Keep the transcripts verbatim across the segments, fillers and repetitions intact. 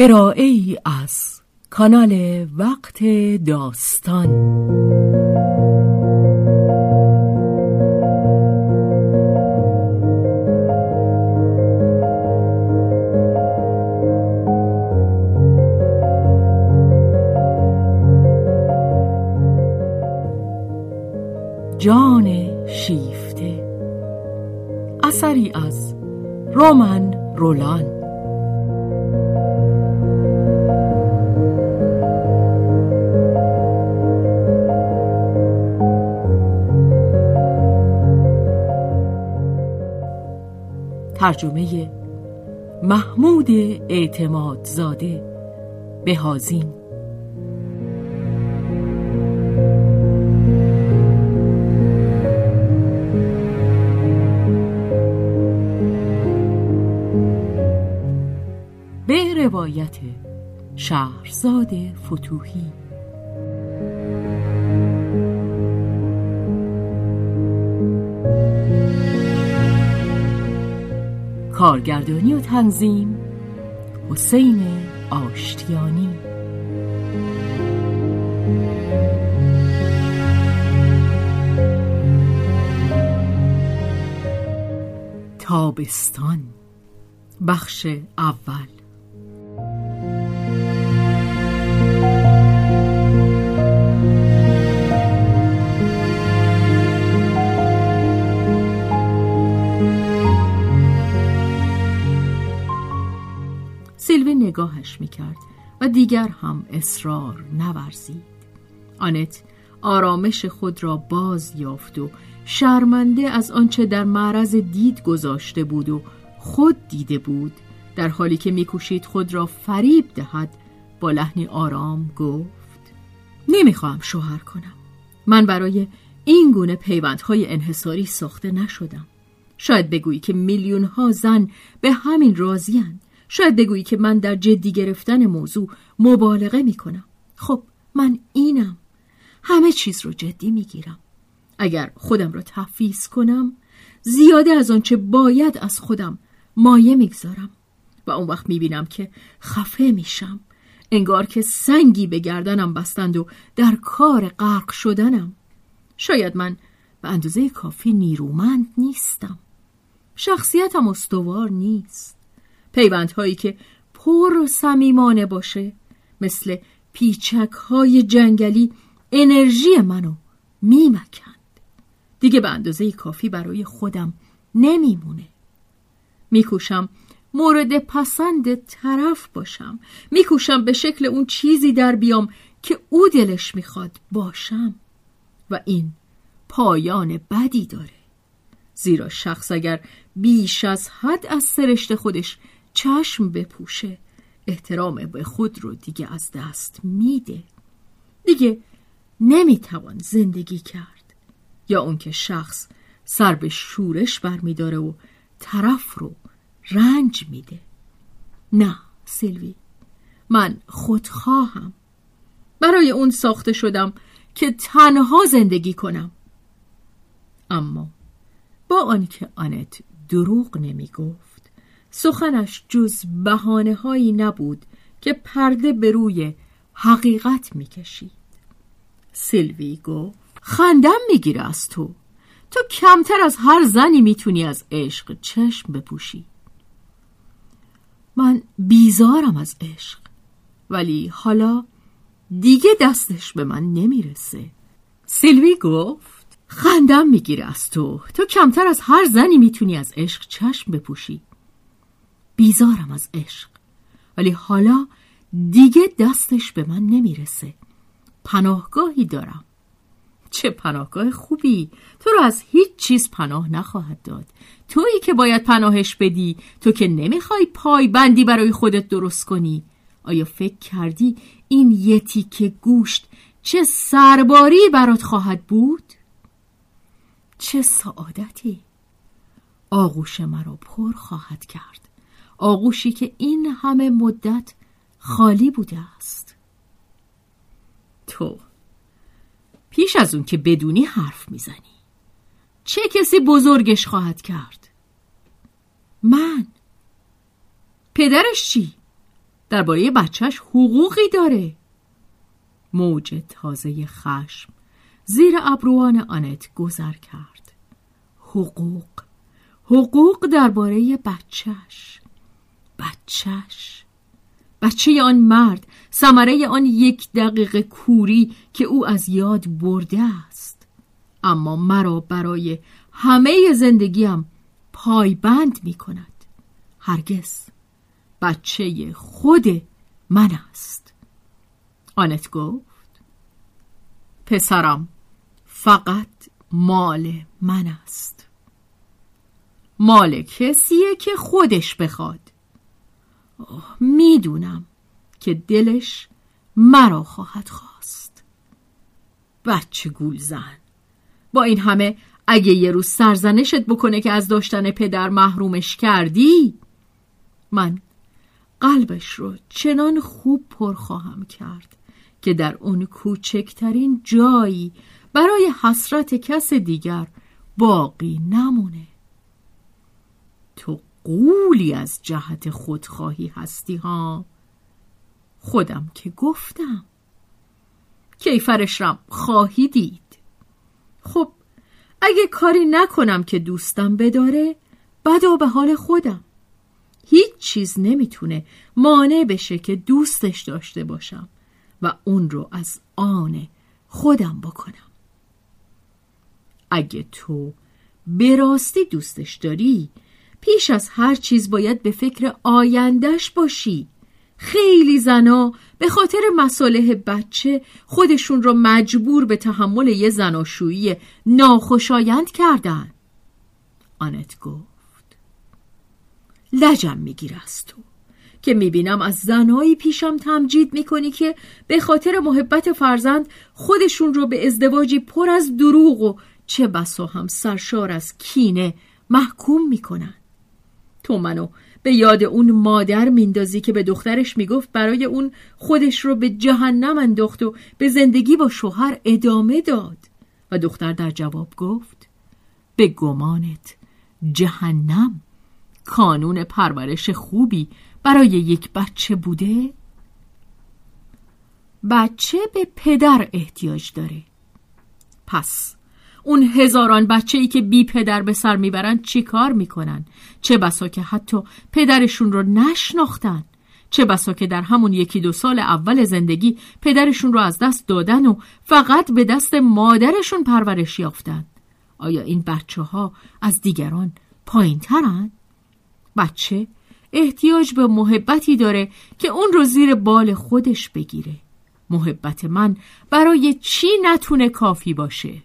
ارائه‌ای از کانال وقت داستان. جان شیفته، اثری از رومن رولان. ترجمه محمود اعتمادزاده بهازین. به روایت شهرزاد فتوحی. کارگردانی و تنظیم حسین آشتیانی. تابستان، بخش اول. سیلوی نگاهش میکرد و دیگر هم اصرار نورزید. آنت آرامش خود را باز یافت و شرمنده از آنچه در معرض دید گذاشته بود و خود دیده بود، در حالی که میکوشید خود را فریب دهد، با لحنی آرام گفت: نمیخواهم شوهر کنم. من برای این گونه پیوندهای انحصاری ساخته نشدم. شاید بگویی که میلیون ها زن به همین راضی‌اند. شاید بگویی که من در جدی گرفتن موضوع مبالغه میکنم. خب من اینم. همه چیز رو جدی میگیرم. اگر خودم رو تفویض کنم، زیاده از آنچه باید از خودم مایه میگذارم و اون وقت میبینم که خفه میشم، انگار که سنگی به گردنم بستند و در کار غرق شدنم. شاید من به اندازه کافی نیرومند نیستم. شخصیتم استوار نیست. پیوندهایی که پر صمیمانه باشه، مثل پیچک‌های جنگلی، انرژی منو میمکند. دیگه به اندازه کافی برای خودم نمیمونه. میکوشم مورد پسند طرف باشم. میکوشم به شکل اون چیزی در بیام که او دلش میخواد باشم. و این پایان بدی داره. زیرا شخص اگر بیش از حد از سرشت خودش چشم بپوشه، احترام به خود رو دیگه از دست میده. دیگه نمیتوان زندگی کرد. یا اون که شخص سر به شورش برمیداره و طرف رو رنج میده. نه سیلوی، من خودخواهم. برای اون ساخته شدم که تنها زندگی کنم. اما با آنکه آنت دروغ نمی گفت، سخنش جز بهانه هایی نبود که پرده به روی حقیقت می کشید. سیلوی گفت: خندم می گیره از تو. تو کمتر از هر زنی می تونی از عشق چشم بپوشی. من بیزارم از عشق، ولی حالا دیگه دستش به من نمی رسه. سیلوی گفت: خندم می گیره از تو. تو کمتر از هر زنی می تونی از عشق چشم بپوشی. بیزارم از عشق، ولی حالا دیگه دستش به من نمیرسه. پناهگاهی دارم. چه پناهگاه خوبی. تو رو از هیچ چیز پناه نخواهد داد. تویی که باید پناهش بدی. تو که نمیخوای پای بندی برای خودت درست کنی. آیا فکر کردی این یه تیکه گوشت چه سرباری برات خواهد بود؟ چه سعادتی. آغوش مرا پر خواهد کرد. آغوشی که این همه مدت خالی بوده است. تو پیش از اون که بدونی حرف میزنی. چه کسی بزرگش خواهد کرد؟ من. پدرش چی؟ درباره بچهش حقوقی داره. موج تازه خشم زیر ابروان آنت گذر کرد. حقوق حقوق درباره بچهش بچهش بچه آن مرد، ثمره آن یک دقیقه کوری که او از یاد برده است. اما مرا برای همه زندگیم پایبند می کند. هرگز. بچه خود من است. آنت گفت پسرم فقط مال من است. مال کسیه که خودش بخواد. میدونم که دلش مرا خواهد خواست. بچه گولزن، با این همه اگه یه روز سرزنشت بکنه که از داشتن پدر محرومش کردی، من قلبش رو چنان خوب پر خواهم کرد که در اون کوچکترین جایی برای حسرت کس دیگر باقی نمونه. تو قولی از جهت خودخواهی هستی ها. خودم که گفتم کیفرش رم خواهی دید. خب اگه کاری نکنم که دوستم بداره، بدا به حال خودم. هیچ چیز نمیتونه مانع بشه که دوستش داشته باشم و اون رو از آن خودم بکنم. اگه تو به راستی دوستش داری، پیش از هر چیز باید به فکر آیندهش باشی. خیلی زنا به خاطر مصالح بچه خودشون رو مجبور به تحمل یه زناشویی ناخوشایند کردن. آنت گفت لجم میگیره از تو که میبینم از زنایی پیشم تمجید میکنی که به خاطر محبت فرزند خودشون رو به ازدواجی پر از دروغ و چه بسا هم سرشار از کینه محکوم میکنن. تو منو به یاد اون مادر میندازی که به دخترش میگفت برای اون خودش رو به جهنم انداخت و به زندگی با شوهر ادامه داد و دختر در جواب گفت به گمانت جهنم کانون پرورش خوبی برای یک بچه بوده؟ بچه به پدر احتیاج داره. پس اون هزاران بچه‌ای که بی پدر به سر میبرن چی کار میکنن؟ چه بسا که حتی پدرشون رو نشناختن. چه بسا که در همون یکی دو سال اول زندگی پدرشون رو از دست دادن و فقط به دست مادرشون پرورش یافتن. آیا این بچه ها از دیگران پایین ترن؟ بچه احتیاج به محبتی داره که اون رو زیر بال خودش بگیره. محبت من برای چی نتونه کافی باشه؟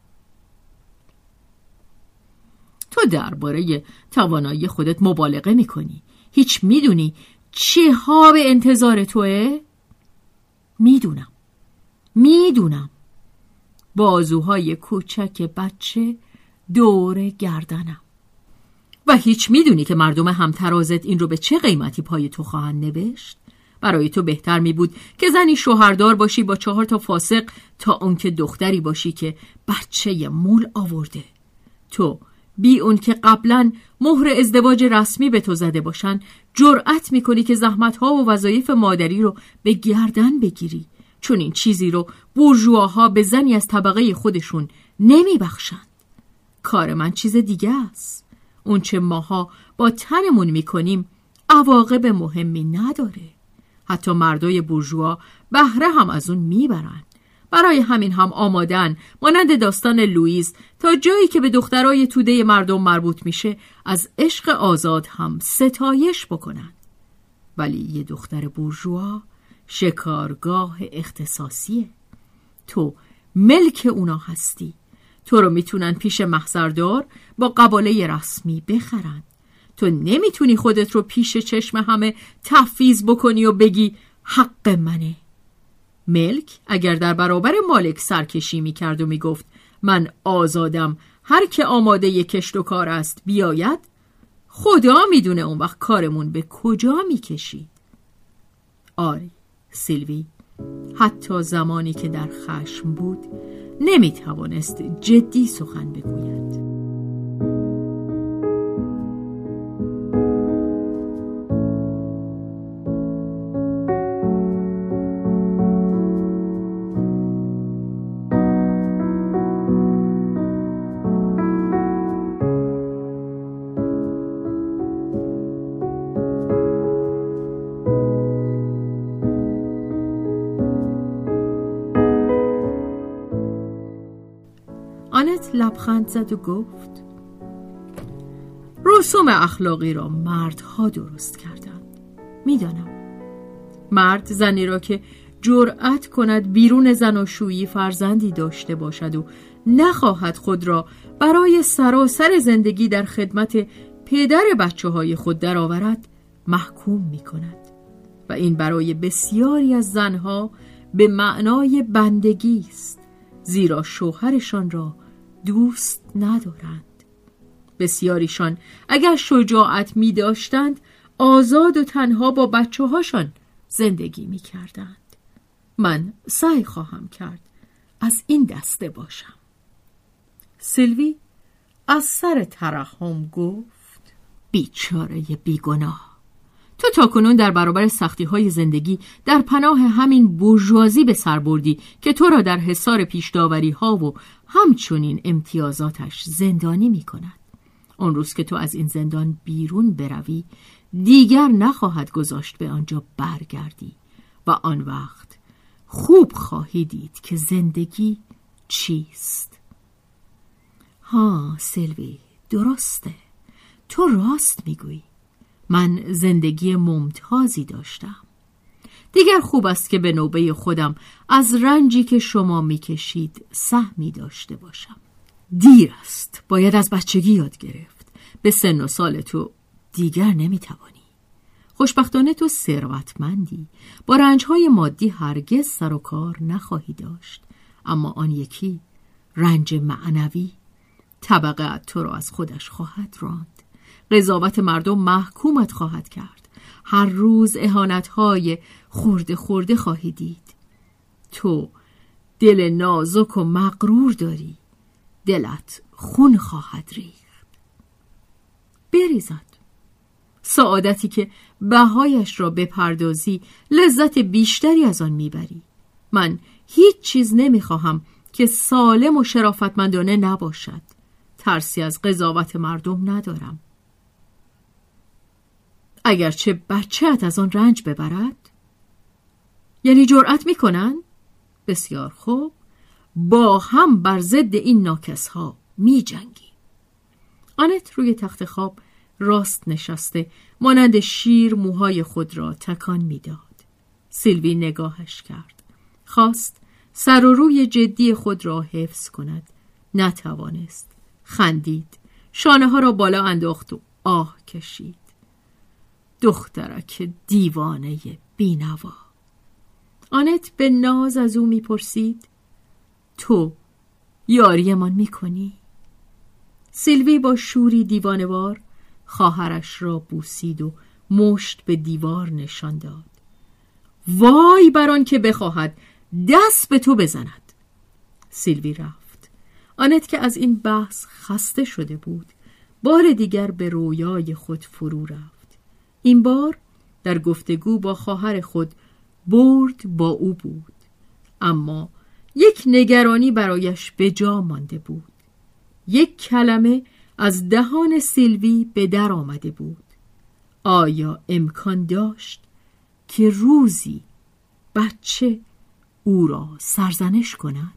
تو درباره توانایی خودت مبالغه میکنی. هیچ میدونی چه ها به انتظار توه؟ میدونم میدونم بازوهای کوچک بچه دور گردنم. و هیچ میدونی که مردم همترازت این رو به چه قیمتی پای تو خواهند نوشت؟ برای تو بهتر می بود که زنی شوهردار باشی با چهار تا فاسق تا اون که دختری باشی که بچه مول آورده. تو بی اون که قبلا مهر ازدواج رسمی به تو زده باشن جرأت میکنی که زحمتها و وظایف مادری رو به گردن بگیری، چون این چیزی رو بورژواها به زنی از طبقه خودشون نمیبخشند. کار من چیز دیگه است. اون چه ماها با تنمون میکنیم عواقب مهمی نداره. حتی مردای بورژوا بهره هم از اون میبرن. برای همین هم آمادن مانند داستان لوئیس تا جایی که به دخترای توده مردم مربوط میشه از عشق آزاد هم ستایش بکنن. ولی یه دختر بورژوا شکارگاه اختصاصیه. تو ملک اونا هستی. تو رو میتونن پیش محضردار با قباله رسمی بخرن. تو نمیتونی خودت رو پیش چشم همه تفویض بکنی و بگی حق منه. ملک اگر در برابر مالک سرکشی میکرد و میگفت من آزادم، هر که آماده ی کشت و کار است بیاید، خدا میدونه اون وقت کارمون به کجا میکشید. آری سیلوی حتی زمانی که در خشم بود نمیتوانست جدی سخن بگوید. آنت لبخند زد و گفت رسوم اخلاقی را مردها درست کردند. میدانم مرد زنی را که جرأت کند بیرون زناشویی فرزندی داشته باشد و نخواهد خود را برای سراسر زندگی در خدمت پدر بچه های خود درآورد محکوم می کند و این برای بسیاری از زنها به معنای بندگی است، زیرا شوهرشان را دوست ندارند. بسیاریشان اگر شجاعت می داشتند آزاد و تنها با بچه هاشان زندگی می کردند. من سعی خواهم کرد از این دسته باشم. سیلوی از سر ترحم گفت بیچاره بیگناه، تو تاکنون در برابر سختی‌های زندگی در پناه همین بورژوازی به سر بردی که تو را در حصار پیش‌داوری‌ها و همچنین امتیازاتش زندانی می‌کند. آن روز که تو از این زندان بیرون بروی دیگر نخواهد گذاشت به آنجا برگردی و آن وقت خوب خواهی دید که زندگی چیست. ها سیلوی، درسته، تو راست میگویی. من زندگی ممتازی داشتم. دیگر خوب است که به نوبه خودم از رنجی که شما میکشید سهمی داشته باشم. دیر است، باید از بچگی یاد گرفت. به سن و سال تو دیگر نمیتوانی. خوشبختانه تو ثروتمندی، با رنجهای مادی هرگز سر و کار نخواهی داشت، اما آن یکی رنج معنوی طبقه تو را از خودش خواهد راند. قضاوت مردم محکومت خواهد کرد. هر روز اهانت‌های خورده خورده خواهی دید. تو دل نازک و مغرور داری. دلت خون خواهد ریخت. بریزد. سعادتی که بهایش را بپردازی لذت بیشتری از آن میبری. من هیچ چیز نمیخواهم که سالم و شرافتمندانه نباشد. ترسی از قضاوت مردم ندارم. اگرچه بچه‌ات از آن رنج ببرد؟ یعنی جرأت میکنن؟ بسیار خوب، با هم بر ضد این ناکس‌ها می جنگی. آنت روی تخت خواب راست نشسته مانند شیر موهای خود را تکان میداد. سیلوی نگاهش کرد. خواست سر و روی جدی خود را حفظ کند. نتوانست. خندید. شانه ها را بالا انداخت و آه کشید. دخترک دیوانه بینوا. آنت به ناز از او میپرسید تو یاریمان میکنی؟ سیلوی با شوری دیوانوار خواهرش را بوسید و مشت به دیوار نشان داد. وای بر آن که بخواهد دست به تو بزند. سیلوی رفت. آنت که از این بحث خسته شده بود بار دیگر به رویای خود فرو رفت. این بار در گفتگو با خواهر خود برد با او بود، اما یک نگرانی برایش به جا مانده بود. یک کلمه از دهان سیلوی به در آمده بود. آیا امکان داشت که روزی بچه او را سرزنش کند؟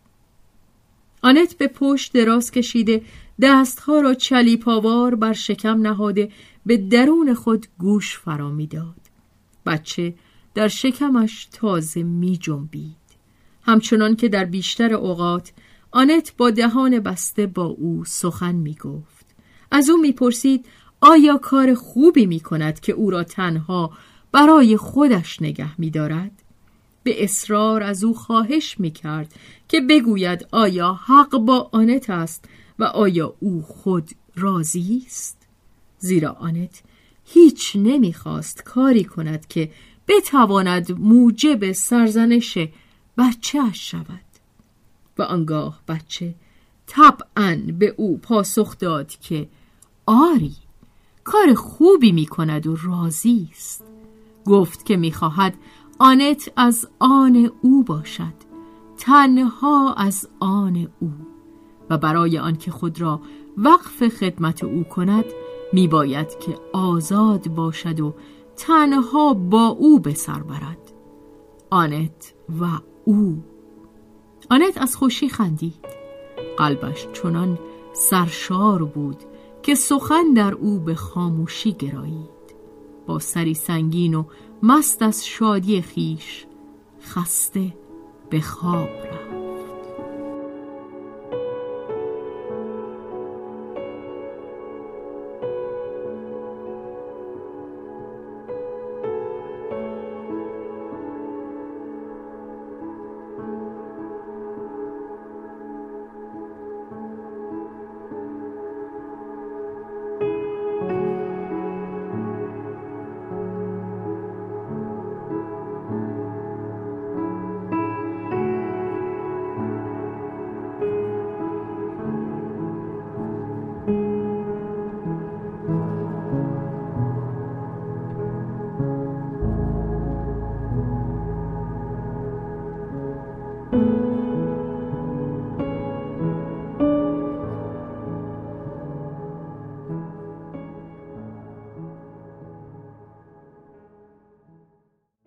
آنت به پشت دراز کشیده دستها را چلیپاوار بر شکم نهاده به درون خود گوش فرا می‌داد. بچه در شکمش تازه می جنبید. همچنان که در بیشتر اوقات آنت با دهان بسته با او سخن می گفت. از او می پرسید آیا کار خوبی می کند که او را تنها برای خودش نگه می دارد؟ به اصرار از او خواهش می کرد که بگوید آیا حق با آنت است و آیا او خود راضی است؟ زیرا آنت هیچ نمی خواست کاری کند که بتواند موجب سرزنش بچه‌اش شود. و آنگاه بچه طبعاً به او پاسخ داد که آری کار خوبی می کند و راضی است. گفت که می خواهد آنت از آن او باشد، تنها از آن او، و برای آنکه خود را وقف خدمت او کند می باید که آزاد باشد و تنها با او به سر برد. آنت و او. آنت از خوشی خندید. قلبش چنان سرشار بود که سخن در او به خاموشی گرایید. با سری سنگین و مست از شادی خیش خسته به خواب رفت.